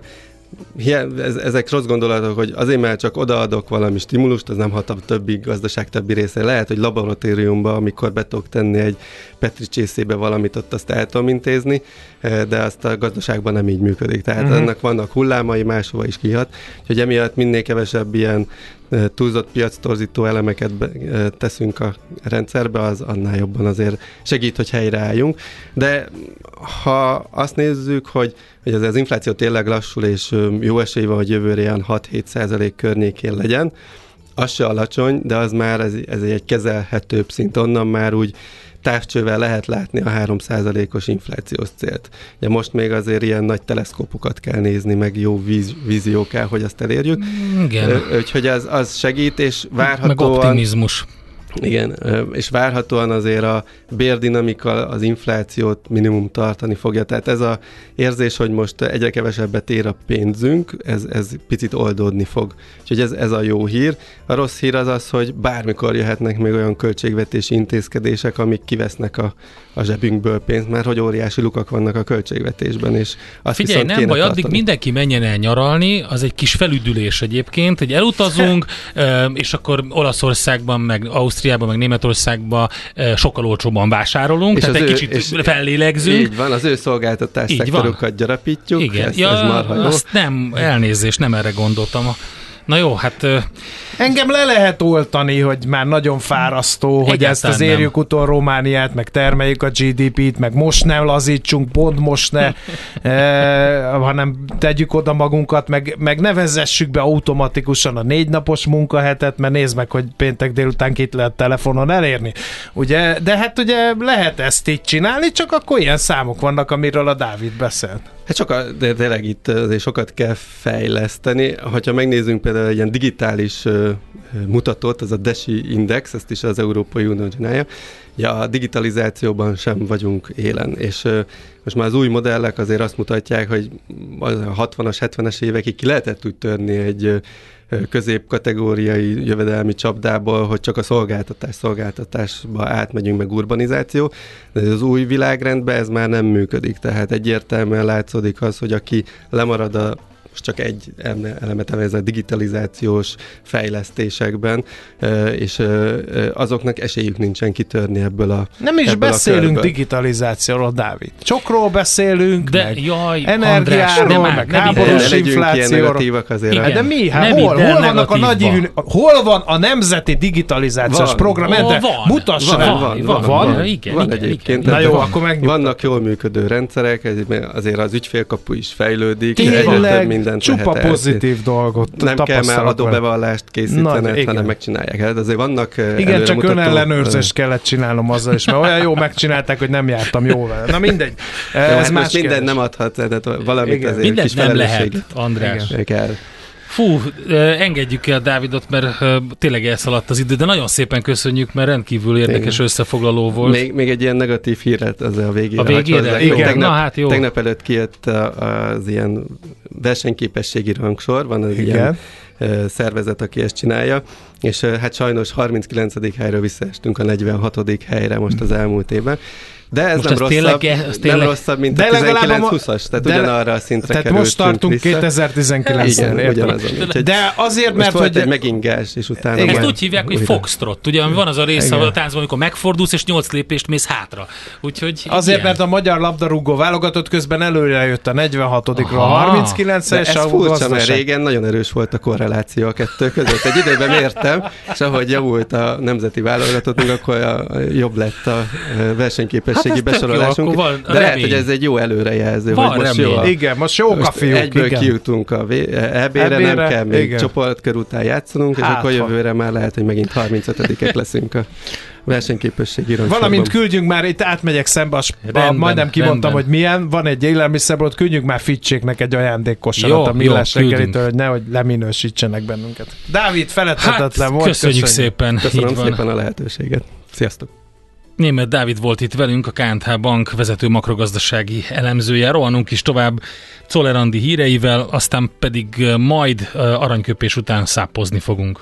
ezek rossz gondolatok, hogy azért, mert csak odaadok valami stimulust, az nem hat a többi gazdaság többi része. Lehet, hogy laboratóriumban, amikor be tudok tenni egy Petri csészébe valamit, ott azt el tudom intézni, de azt a gazdaságban nem így működik. Tehát uh-huh. ennek vannak hullámai, máshova is kihat. Úgyhogy emiatt minél kevesebb ilyen túlzott piactorzító elemeket be, teszünk a rendszerbe, az annál jobban azért segít, hogy helyreálljunk. De ha azt nézzük, hogy, hogy az, az infláció tényleg lassul, és jó esély van, hogy jövőre ilyen hat-hét százalék környékén legyen, az se alacsony, de az már ez, ez egy kezelhetőbb szint, onnan már úgy távcsővel lehet látni a három százalékos inflációs célt. Ugye most még azért ilyen nagy teleszkópokat kell nézni, meg jó víz, vízió kell, hogy azt elérjük. Igen. Úgyhogy az, az segít, és várhatóan... Meg optimizmus. Igen, és várhatóan azért a bérdinamika az inflációt minimum tartani fogja. Tehát ez az érzés, hogy most egyre kevesebbet ér a pénzünk, ez, ez picit oldódni fog. Úgyhogy ez, ez a jó hír. A rossz hír az az, hogy bármikor jöhetnek még olyan költségvetési intézkedések, amik kivesznek a, a zsebünkből pénzt, mert hogy óriási lukak vannak a költségvetésben. És azt Figyelj, nem baj, tartani. addig mindenki menjen el nyaralni, az egy kis felüdülés egyébként, hogy elutazunk, és akkor Olaszországban, meg Ausztriában, meg Németországban sokkal olcsóban vásárolunk, és tehát egy ő, kicsit fellélegzünk. Így van, az ő szolgáltatás szektorokat gyarapítjuk. Igen, ez, ja, ez marha jó. Azt nem, elnézést, nem erre gondoltam. Na jó, hát... Engem le lehet oltani, hogy már nagyon fárasztó, hogy ezt az érjük utol Romániát, meg termeljük a gé dé pét, meg most nem lazítsunk, pont most ne, eh, hanem tegyük oda magunkat, meg, meg ne vezessük be automatikusan a négy napos munkahetet, mert nézd meg, hogy péntek délután kit lehet telefonon elérni. Ugye, de hát ugye lehet ezt így csinálni, csak akkor ilyen számok vannak, amiről a Dávid beszélt. Hát sokat, de tényleg itt azért sokat kell fejleszteni. Ha megnézzünk például egy ilyen digitális uh, mutatót, az a dé e es i index, ezt is az Európai Unió csinálja. Ja, a digitalizációban sem vagyunk élen, és uh, most már az új modellek azért azt mutatják, hogy a hatvanas, hetvenes évekig ki lehetett úgy törni egy uh, középkategóriai jövedelmi csapdából, hogy csak a szolgáltatás szolgáltatásba átmegyünk, meg urbanizáció, de az új világrendben ez már nem működik, tehát egyértelműen látszódik az, hogy aki lemarad a most csak egy elemet ez a digitalizációs fejlesztésekben, és azoknak esélyük nincsen kitörni ebből a Nem is beszélünk digitalizációról, Dávid. Csokról beszélünk, de, meg jaj, energiáról, András, meg háborús inflációról. De mi? Hát hol, hol vannak a nagy ívű, hol van a nemzeti digitalizációs van, program? Oh, van, mutass van, rá. Van, van, van, van, van, igen, van igen, egyébként. Igen. Na jó, akkor megnyugtatom. Vannak jól működő rendszerek, azért az ügyfélkapu is fejlődik. Tényleg, csupa pozitív dolgot nem kell már adóbevallást készítenet, Na, hanem megcsinálják. Hát azért vannak igen, csak önellenőrzést kellett csinálnom azzal is, mert olyan jó megcsinálták, hogy nem jártam jó vele. Na mindegy. Jó, ez hát most minden nem adhat, tehát valamit igen. azért mindent kis nem lehet, András. Kell. Fú, engedjük el Dávidot, mert tényleg elszaladt az idő, de nagyon szépen köszönjük, mert rendkívül érdekes igen. összefoglaló volt. Még, még egy ilyen negatív híret az a végére. A végére? Igen. Igen. Tegnap, Na, hát jó. tegnap előtt kijött az ilyen versenyképességi rangsor, van az igen. ilyen szervezet, aki ezt csinálja, és hát sajnos harminckilencedik helyről visszaestünk a negyvenhatodik helyre most az elmúlt évben. De ez most nem, rosszabb, tényleg, ez nem tényleg... rosszabb, mint de a tizenkilenc húszas, tehát de ugyanarra a szintre tehát kerültünk most tartunk vissza. kétezer-tizenkilencben. Igen, ugyanazon. De azért, most mert volt hogy... egy megingás, és utána... Ezt úgy hívják, hogy foxtrot. Ugye van az a rész igen. a táncban, amikor megfordulsz, és nyolc lépést mész hátra. Úgyhogy azért, ilyen. mert a magyar labdarúgó válogatott közben előre jött a negyvenhatodikra a harminckilencre, és ez a furcsa, mert régen nagyon erős volt a korreláció a kettő között. Egy időben mértem, és ahogy javult a nemzeti válogatott, akkor a, jobb lett a versenyképességi hát besorolásunk. Jó, van, de remény. Lehet, hogy ez egy jó előrejelző. Van hogy most remény. jó a, igen, most jók a fiúk. Egyből igen. kijutunk a é bé-re, nem kell még igen. csoportkör után játszanunk, hát, és akkor jövőre már lehet, hogy megint harmincötödikek leszünk a versenyképességi rangsorban. Valamint küldjünk már, itt átmegyek szembe, a rendben, majdnem kimondtam, rendben. hogy milyen, van egy élelmiszerbolot, küldjünk már Fitcséknek egy ajándékkosarat a Millás reggelitől, hogy nehogy leminősítsenek bennünket. Dávid, feledhetetlen hát, volt. Köszönjük, köszönjük szépen. Köszönöm szépen a lehetőséget. Sziasztok! Németh Dávid volt itt velünk, a ká en há Bank vezető makrogazdasági elemzője. Rohanunk is tovább Czoller Andi híreivel, aztán pedig majd aranyköpés után szápozni fogunk.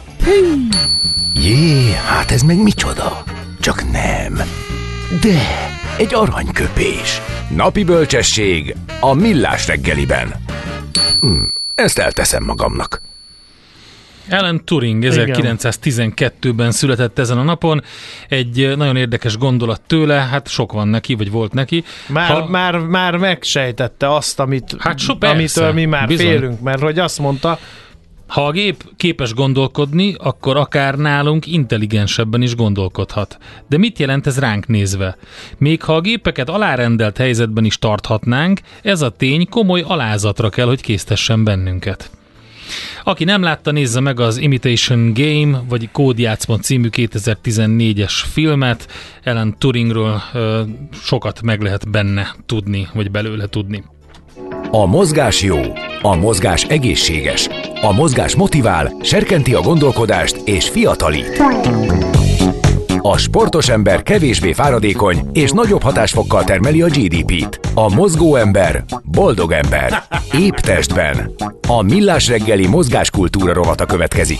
Jé, hát ez meg micsoda? Csak nem. De, egy aranyköpés. Napi bölcsesség a Millás reggeliben. Hm, ezt elteszem magamnak. Alan Turing ezerkilencszáztizenkettőben született ezen a napon. Egy nagyon érdekes gondolat tőle, hát sok van neki, vagy volt neki. Már, ha... már, már megsejtette azt, amit, hát so, persze, amitől mi már bizony. félünk, mert hogy azt mondta, ha a gép képes gondolkodni, akkor akár nálunk intelligensebben is gondolkodhat. De mit jelent ez ránk nézve? Még ha a gépeket alárendelt helyzetben is tarthatnánk, ez a tény komoly alázatra kell, hogy késztessen bennünket. Aki nem látta, nézze meg az Imitation Game, vagy Kódjátszma című kétezer-tizennégyes filmet. Alan Turingről ö, sokat meg lehet benne tudni, vagy belőle tudni. A mozgás jó, a mozgás egészséges, a mozgás motivál, serkenti a gondolkodást és fiatalít. A sportos ember kevésbé fáradékony és nagyobb hatásfokkal termeli a gé dé pét. A mozgó ember boldog ember. Épp testben. A Millás reggeli mozgáskultúra rovata következik.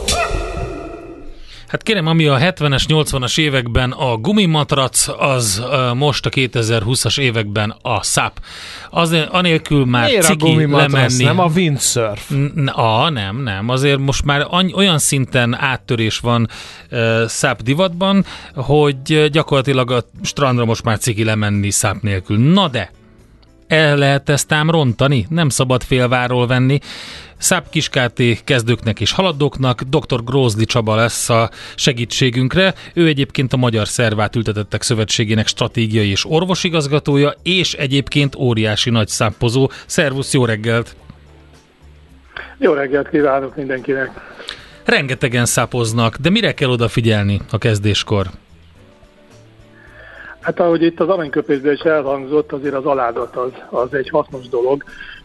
Hát kérem, ami a hetvenes, nyolcvanas években a gumimatrac, az uh, most a kétezer-húszas években a száp. Az, anélkül már miért ciki lemenni. Nem a windsurf. N- a, nem, nem. Azért most már any- olyan szinten áttörés van uh, száp divatban, hogy gyakorlatilag a strandra most már ciki lemenni száp nélkül. Na de, el lehet ezt ám rontani? Nem szabad félváról venni. Száp Kis-Kft. Kezdőknek és haladóknak, doktor Grózdi Csaba lesz a segítségünkre. Ő egyébként a Magyar Szervátültetettek Szövetségének stratégiai és orvosigazgatója, és egyébként óriási nagy száppozó. Szervusz, jó reggelt! Jó reggelt kívánok mindenkinek! Rengetegen szápoznak, de mire kell odafigyelni a kezdéskor? Hát ahogy itt az aranyköpésben is elhangzott, azért az aládat az, az egy hasznos dolog.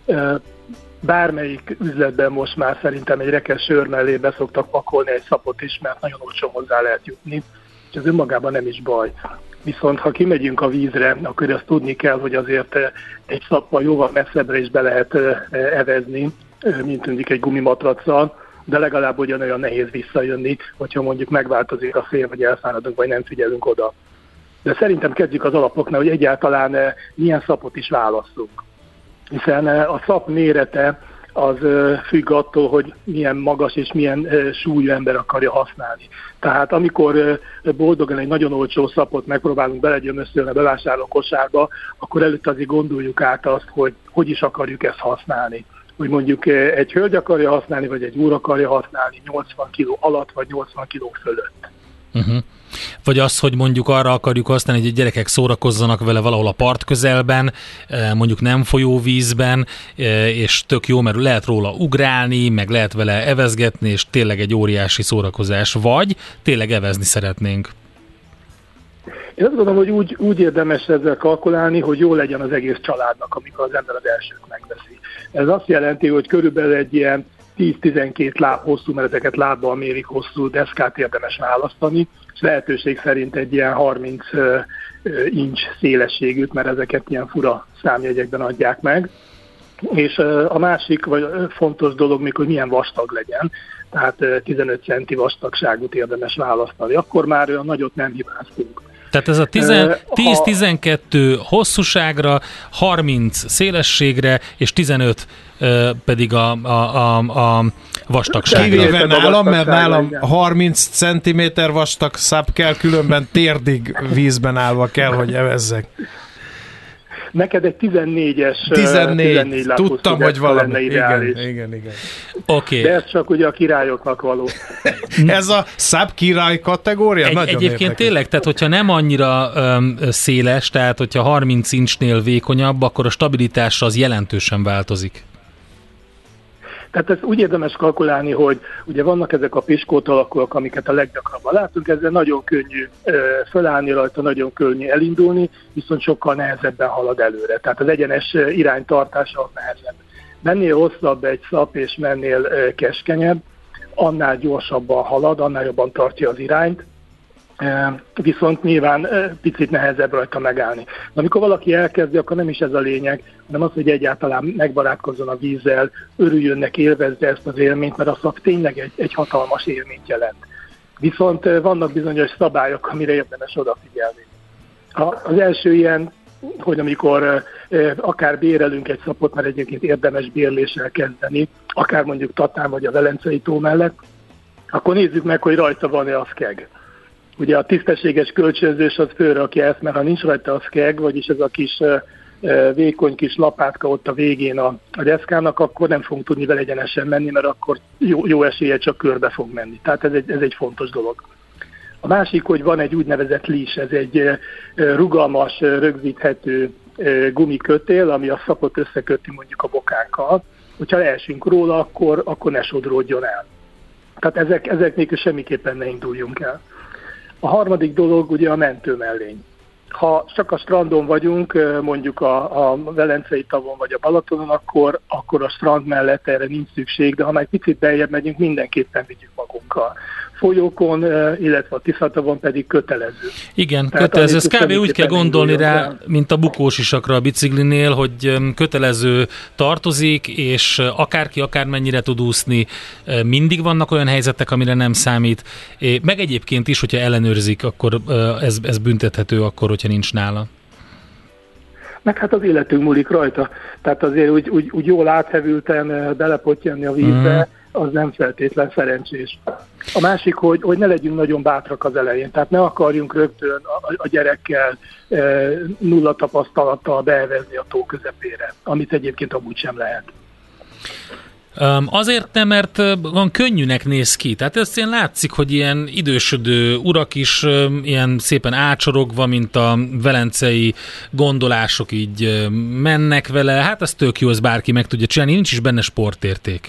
Bármelyik üzletben most már szerintem egy rekesz sör mellé beszoktak pakolni egy szapot is, mert nagyon olcsón hozzá lehet jutni, és ez önmagában nem is baj. Viszont ha kimegyünk a vízre, akkor azt tudni kell, hogy azért egy szappal jóval messzebbre is be lehet evezni, mint mondjuk egy gumimatraccal, de legalább ugyanolyan nehéz visszajönni, hogyha mondjuk megváltozik a szél, vagy elfáradunk, vagy nem figyelünk oda. De szerintem kezdjük az alapoknál, hogy egyáltalán milyen szapot is választunk. Hiszen a szap mérete az függ attól, hogy milyen magas és milyen súlyú ember akarja használni. Tehát amikor boldogan egy nagyon olcsó szapot megpróbálunk belegyömöszölni a bevásárló kosárba, akkor előtt azért gondoljuk át azt, hogy hogy is akarjuk ezt használni. Hogy mondjuk egy hölgy akarja használni, vagy egy úr akarja használni nyolcvan kiló alatt, vagy nyolcvan kiló fölött. Uh-huh. Vagy az, hogy mondjuk arra akarjuk használni, hogy a gyerekek szórakozzanak vele valahol a part közelben, mondjuk nem folyóvízben, és tök jó, mert lehet róla ugrálni, meg lehet vele evezgetni, és tényleg egy óriási szórakozás. Vagy tényleg evezni szeretnénk. Én azt gondolom, hogy úgy, úgy érdemes ezzel kalkulálni, hogy jó legyen az egész családnak, amikor az ember az elsőt megveszi. Ez azt jelenti, hogy körülbelül egy ilyen tíz-tizenkét láb hosszú, mert ezeket lábbal mérik hosszú deszkát érdemes választani, és lehetőség szerint egy ilyen harminc inch szélességűt, mert ezeket ilyen fura számjegyekben adják meg. És a másik vagy fontos dolog még, hogy milyen vastag legyen, tehát tizenöt centi vastagságút érdemes választani. Akkor már olyan nagyot nem hibáztunk. Tehát ez a tíz-tizenkettő hosszúságra, harminc szélességre, és tizenöt pedig a, a, a, a vastagságra. Kivéve nálam, mert nálam harminc centiméter vastag száp kell, különben térdig vízben állva kell, hogy evezzek. Neked egy tizennégyes tizennégy, tizennégy tudtam, hogy valami. Igen, igen, igen. Okay. De ez csak ugye a királyoknak való. Ez a száp király kategória? Egy, Nagyon egyébként érdekes. tényleg, tehát hogyha nem annyira um, széles, tehát hogyha harminc incsnél vékonyabb, akkor a stabilitás az jelentősen változik. Tehát ezt úgy érdemes kalkulálni, hogy ugye vannak ezek a piskót alakúak, amiket a leggyakrabban látunk, ezzel nagyon könnyű fölállni rajta, nagyon könnyű elindulni, viszont sokkal nehezebben halad előre. Tehát az egyenes iránytartása az nehezebb. Mennél hosszabb egy szap és mennél keskenyebb, annál gyorsabban halad, annál jobban tartja az irányt, viszont nyilván picit nehezebb rajta megállni. De amikor valaki elkezdi, akkor nem is ez a lényeg, hanem az, hogy egyáltalán megbarátkozzon a vízzel, örüljön neki, élvezze ezt az élményt, mert a szap tényleg egy, egy hatalmas élményt jelent. Viszont vannak bizonyos szabályok, amire érdemes odafigyelni. Az első ilyen, hogy amikor akár bérelünk egy szapot, mert egyébként érdemes bérléssel kezdeni, akár mondjuk Tatán vagy a Velencei tó mellett, akkor nézzük meg, hogy rajta van-e a szkeg. Ugye a tisztességes kölcsönzős az fölrakja ezt, mert ha nincs rajta a szkeg, vagyis ez a kis vékony kis lapátka ott a végén a, a deszkának, akkor nem fogunk tudni vele egyenesen menni, mert akkor jó, jó esélye csak körbe fog menni. Tehát ez egy, ez egy fontos dolog. A másik, hogy van egy úgynevezett leash, ez egy rugalmas, rögzíthető gumikötél, ami a szapot összeköti mondjuk a bokánkkal, hogyha leesünk róla, akkor, akkor ne sodródjon el. Tehát ezek, ezek nélkül semmiképpen ne induljunk el. A harmadik dolog ugye a mentőmellény. Ha csak a strandon vagyunk, mondjuk a, a Velencei tavon vagy a Balatonon, akkor, akkor a strand mellett erre nincs szükség, de ha már egy picit beljebb megyünk, mindenképpen vigyük magunkkal. Folyókon, illetve a Tiszatavon pedig kötelező. Igen, Tehát kötelező. Ez kb. Úgy kell gondolni rá, el. mint a bukósisakra a biciklinél, hogy kötelező tartozik, és akárki akármennyire tud úszni, mindig vannak olyan helyzetek, amire nem számít. Meg egyébként is, hogyha ellenőrzik, akkor ez, ez büntethető akkor, hogyha nincs nála. Meg hát az életünk múlik rajta. Tehát azért úgy, úgy, úgy jól áthevülten belepottyanni a vízbe, mm. az nem feltétlen szerencsés. A másik, hogy, hogy ne legyünk nagyon bátrak az elején, tehát ne akarjunk rögtön a, a gyerekkel e, nulla tapasztalattal beevezni a tó közepére, amit egyébként amúgy sem lehet. Um, azért nem, mert van könnyűnek néz ki. Tehát ezt ilyen látszik, hogy ilyen idősödő urak is um, ilyen szépen ácsorogva, mint a velencei gondolások így um, mennek vele. Hát ez tök jó, ez bárki meg tudja csinálni, nincs is benne sportérték.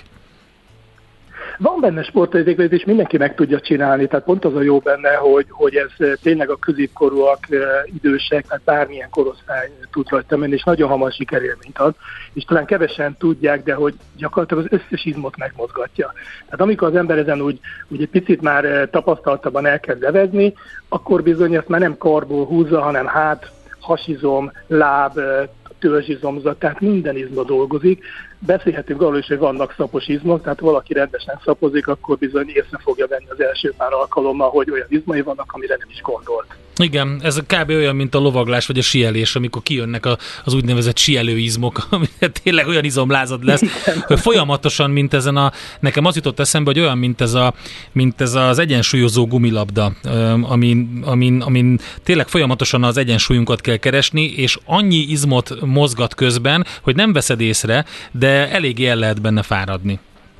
Van benne sportérték, és mindenki meg tudja csinálni, tehát pont az a jó benne, hogy, hogy ez tényleg a középkorúak, idősek, tehát bármilyen korosztály tud rajta menni, és nagyon hamar sikerélményt ad, és talán kevesen tudják, de hogy gyakorlatilag az összes izmot megmozgatja. Tehát amikor az ember ezen úgy, úgy egy picit már tapasztaltabban elkezd evezni, akkor bizony ezt már nem karból húzza, hanem hát, hasizom, láb, törzsizomzat, tehát minden izma dolgozik. Beszélhetünk arról is, hogy vannak szapos izmok, tehát valaki rendesen szapozik, akkor bizony észre fogja venni az első pár alkalommal, hogy olyan izmai vannak, amire nem is gondolt. Igen, ez kb. Olyan, mint a lovaglás vagy a síelés, amikor kijönnek a, az úgynevezett síelőizmok, amire tényleg olyan izomlázad lesz, igen. Hogy folyamatosan, mint ezen a, nekem az jutott eszembe, hogy olyan, mint ez, a, mint ez az egyensúlyozó gumilabda, amin, amin, amin tényleg folyamatosan az egyensúlyunkat kell keresni, és annyi izmot mozgat közben, hogy nem veszed észre, de eléggé el lehet benne fáradni.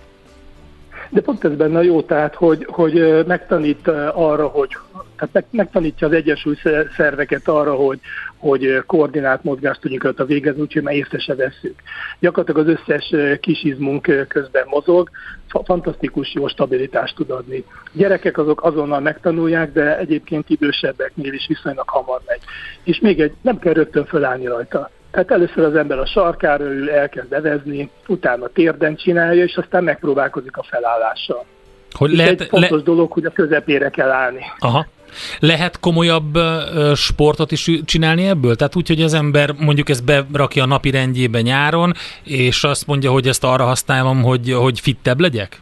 De pont ez benne jó, tehát, hogy, hogy megtanít arra, hogy tehát megtanítja az egyensúly szerveket arra, hogy, hogy koordinált mozgást tudjunk a végezni, úgyhogy már észre se vesszük. Gyakorlatilag az összes kisizmunk közben mozog, fantasztikus jó stabilitást tud adni. Gyerekek azok azonnal megtanulják, de egyébként idősebbeknél is viszonylag hamar megy. És még egy, nem kell rögtön fölállni rajta. Tehát először az ember a sarkára ül, elkezd evezni, utána térden csinálja, és aztán megpróbálkozik a felállással. Hogy lehet, egy fontos le... dolog, hogy a közepére kell állni. Aha. Lehet komolyabb uh, sportot is csinálni ebből? Tehát úgy, hogy az ember mondjuk ezt berakja a napi rendjébe nyáron, és azt mondja, hogy ezt arra használom, hogy, hogy fittebb legyek?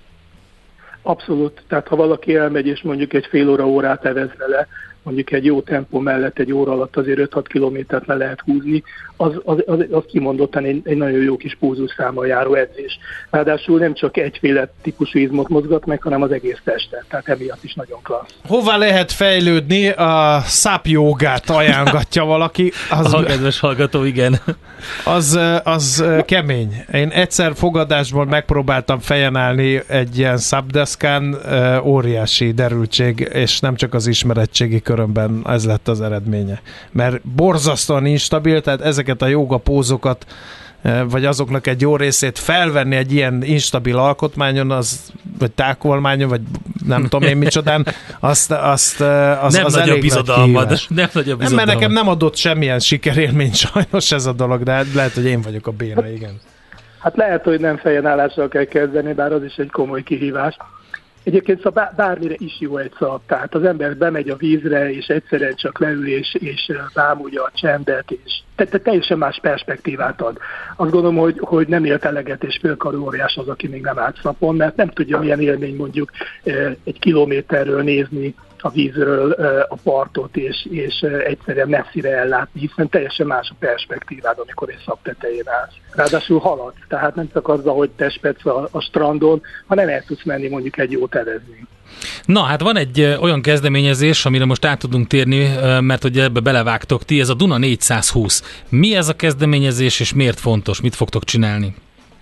Abszolút. Tehát ha valaki elmegy, és mondjuk egy fél óra órát evez vele, mondjuk egy jó tempó mellett egy óra alatt azért öt-hat kilométert le lehet húzni, az, az, az, az kimondottan egy, egy nagyon jó kis pulzusszámmal járó edzés. Ráadásul nem csak egyféle típusú izmot mozgat meg, hanem az egész testet, tehát emiatt is nagyon klassz. Hová lehet fejlődni? A száp jogát ajánlgatja valaki. Az, a kedves hallgató, igen. Az, az kemény. Én egyszer fogadásból megpróbáltam fejen állni egy ilyen szabdeszkán, óriási derültség, és nem csak az ismeretségi körömben ez lett az eredménye. Mert borzasztóan instabil, tehát ezeket a jóga pózokat, vagy azoknak egy jó részét felvenni egy ilyen instabil alkotmányon, az, vagy tákolmányon, vagy nem tudom én micsodán, azt, azt, az, nem az nagy a bizodalmad. Nem nagy a bizodalmad. Nem, mert nekem nem adott semmilyen sikerélményt sajnos ez a dolog, de lehet, hogy én vagyok a béna, igen. Hát lehet, hogy nem fejenállással kell kezdeni, bár az is egy komoly kihívás. Egyébként szóval bármire is jó egy szab, tehát az ember bemegy a vízre, és egyszerűen csak leül, és, és bámulja a csendet, és te, te teljesen más perspektívát ad. Azt gondolom, hogy, hogy nem élt eleget, és félkarú óriás az, aki még nem állt szapon, mert nem tudja, milyen élmény mondjuk egy kilométerről nézni a vízről a partot, és, és egyszerűen messzire ellátni, hiszen teljesen más a perspektívád, amikor egy szab tetején állsz. Ráadásul haladsz, tehát nem csak azzal, hogy testpedsz a, a strandon, hanem el tudsz menni mondjuk egy jót evezni. Na, hát van egy olyan kezdeményezés, amire most át tudunk térni, mert hogy ebbe belevágtok ti, ez a Duna négyszázhúsz. Mi ez a kezdeményezés, és miért fontos? Mit fogtok csinálni?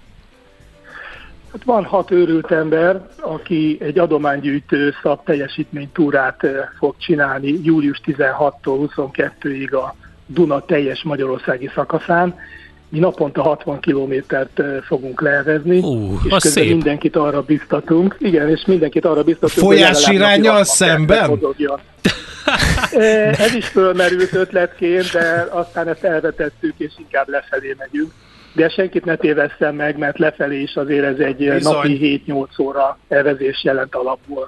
Hát van hat őrült ember, aki egy adománygyűjtő szab teljesítménytúrát fog csinálni július tizenhatodikától huszonkettőig a Duna teljes magyarországi szakaszán, Mi naponta hatvan kilométert fogunk leevezni, uh, és közben szép. mindenkit arra biztatunk. Igen, és mindenkit arra biztatunk, folyásiránnyal szemben? Ez is fölmerült ötletként, de aztán ezt elvetettük, és inkább lefelé megyünk. De senkit ne tévesszem meg, mert lefelé is azért ez egy Bizony. napi hét-nyolc óra elvezés jelent alapból.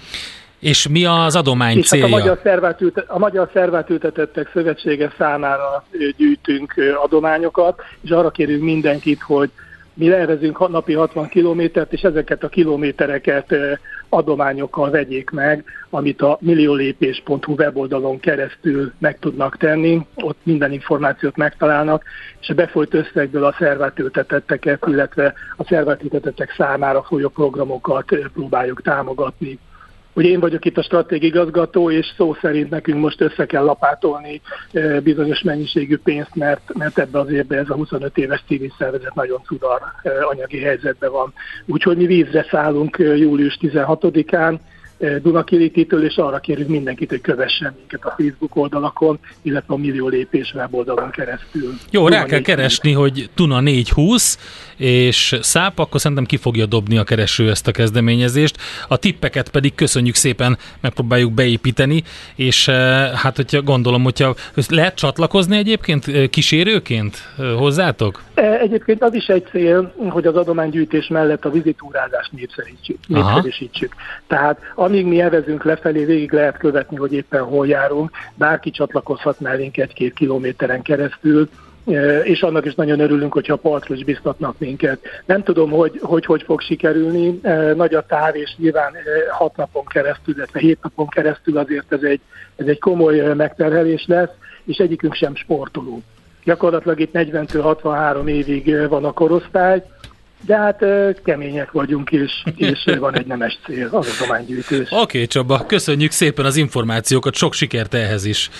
És mi az adomány és célja? Hát a Magyar Szervát ültet, a Magyar Szervát Ültetettek Szövetsége számára gyűjtünk adományokat, és arra kérünk mindenkit, hogy mi levezünk napi hatvan kilométert, és ezeket a kilométereket adományokkal vegyék meg, amit a milliólépés pont hu weboldalon keresztül meg tudnak tenni, ott minden információt megtalálnak, és a befolyt összegből a szervát ültetetteket, illetve a szervát ültetettek számára folyó programokat próbáljuk támogatni. Ugye én vagyok itt a stratégiai igazgató, és szó szerint nekünk most össze kell lapátolni bizonyos mennyiségű pénzt, mert, mert ebbe az évben ez a huszonöt éves civil szervezet nagyon cudar anyagi helyzetben van. Úgyhogy mi vízre szállunk július tizenhatodikán Dunakirítitől, és arra kérünk mindenkit, hogy kövessen minket a Facebook oldalakon, illetve a Millió Lépés weboldalon keresztül. Jó, Duna rá kell keresni, hogy Duna négyszázhúsz és száp, akkor szerintem ki fogja dobni a kereső ezt a kezdeményezést. A tippeket pedig köszönjük szépen, megpróbáljuk beépíteni, és hát hogyha gondolom, hogyha lehet csatlakozni egyébként kísérőként hozzátok? Egyébként az is egy cél, hogy az adománygyűjtés mellett a vizitúrázást népszerűsítsük. népszerűsítsük. Tehát amíg mi evezünk lefelé, végig lehet követni, hogy éppen hol járunk, bárki csatlakozhat mellénk egy-két kilométeren keresztül, és annak is nagyon örülünk, hogyha a partról is biztatnak minket. Nem tudom, hogy hogy, hogy fog sikerülni, nagy a táv, és nyilván hat napon keresztül, illetve hét napon keresztül azért ez egy, ez egy komoly megterhelés lesz, és egyikünk sem sportoló. Gyakorlatilag itt negyventől hatvanhárom évig van a korosztály, de hát kemények vagyunk, és, és van egy nemes cél, az adománygyűjtés. Oké, okay, Csaba, köszönjük szépen az információkat, sok sikert ehhez is.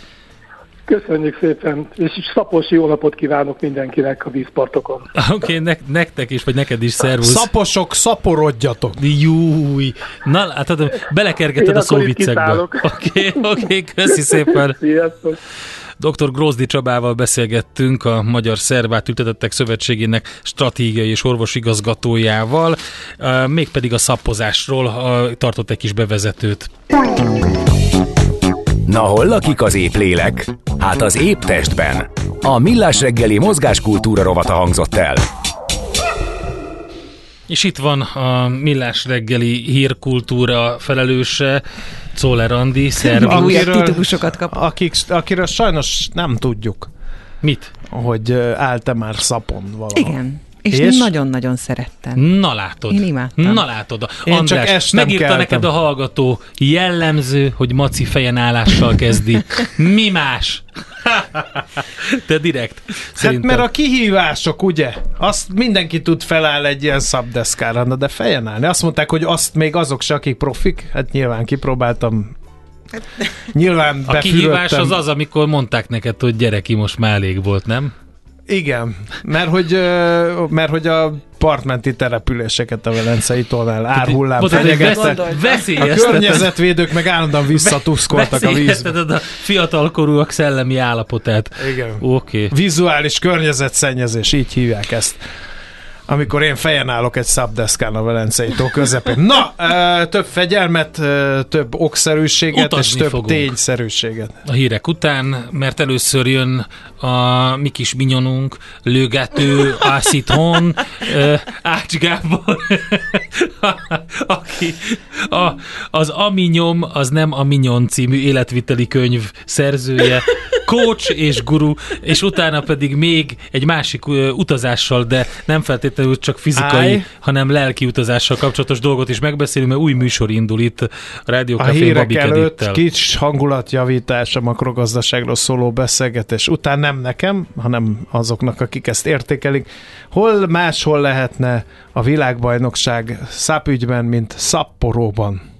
Köszönjük szépen, és szapos jó napot kívánok mindenkinek a vízpartokon. Oké, okay, ne, nektek is, vagy neked is, szervusz. Szaposok, szaporodjatok. Júj, na, hát belekergeted a szóviccekbe. Oké, oké, okay, okay, köszi szépen. Sziasztok. doktor Grózdi Csabával beszélgettünk, a Magyar Szervát Ültetettek Szövetségének stratégiai és orvosigazgatójával, mégpedig a szappozásról tartott egy kis bevezetőt. Na hol lakik az épp lélek? Hát az épp testben. A Millás reggeli mozgáskultúra rovata hangzott el. És itt van a Millás reggeli hírkultúra felelőse, Czoller Andi, szervusz. Újabb titulusokat kap. Akik, akiről sajnos nem tudjuk. Mit? Hogy állt-e már szapon valahol. Igen. És, és? nagyon-nagyon szerettem. Na látod. Én imádtam. Na látod. Én András, megírta keltem. Neked a hallgató, jellemző, hogy Maci fejenállással kezdi. Mi más? Te direkt. Szerintem. Hát mert a kihívások, ugye? Azt mindenki tud feláll egy ilyen szabdeszkára, de fejen állni. Azt mondták, hogy azt még azok se, akik profik. Hát nyilván kipróbáltam. Nyilván a kihívás az az, amikor mondták neked, hogy gyere ki, most már elég volt, nem? Igen, mert hogy, mert hogy a partmenti településeket a Velencei tónál árhullám fenyegettek. A környezetvédők meg állandóan visszatuszkoltak a vízbe. A fiatalkorúak szellemi állapotát. Igen. Oké. Okay. Vizuális környezetszennyezés, így hívják ezt. Amikor én fejen állok egy szabdeszkán a Velencei tó közepén. Na, több fegyelmet, több okszerűséget Utazni és több fogunk. tényszerűséget. A hírek után, mert először jön a mi kis minyonunk, Lögető Ászithon, Ács Gábor, aki a, az Aminyom, az nem a Minyon című életviteli könyv szerzője, coach és guru, és utána pedig még egy másik utazással, de nem feltétlenül csak fizikai, Áj. hanem lelki utazással kapcsolatos dolgot is megbeszélünk, mert új műsor indul itt a Rádió Café Babik Edittel. A hírek előtt kis hangulatjavítás, a makrogazdaságról szóló beszélgetés után nem nekem, hanem azoknak, akik ezt értékelik. Hol máshol lehetne a világbajnokság szápügyben, mint Szapporóban?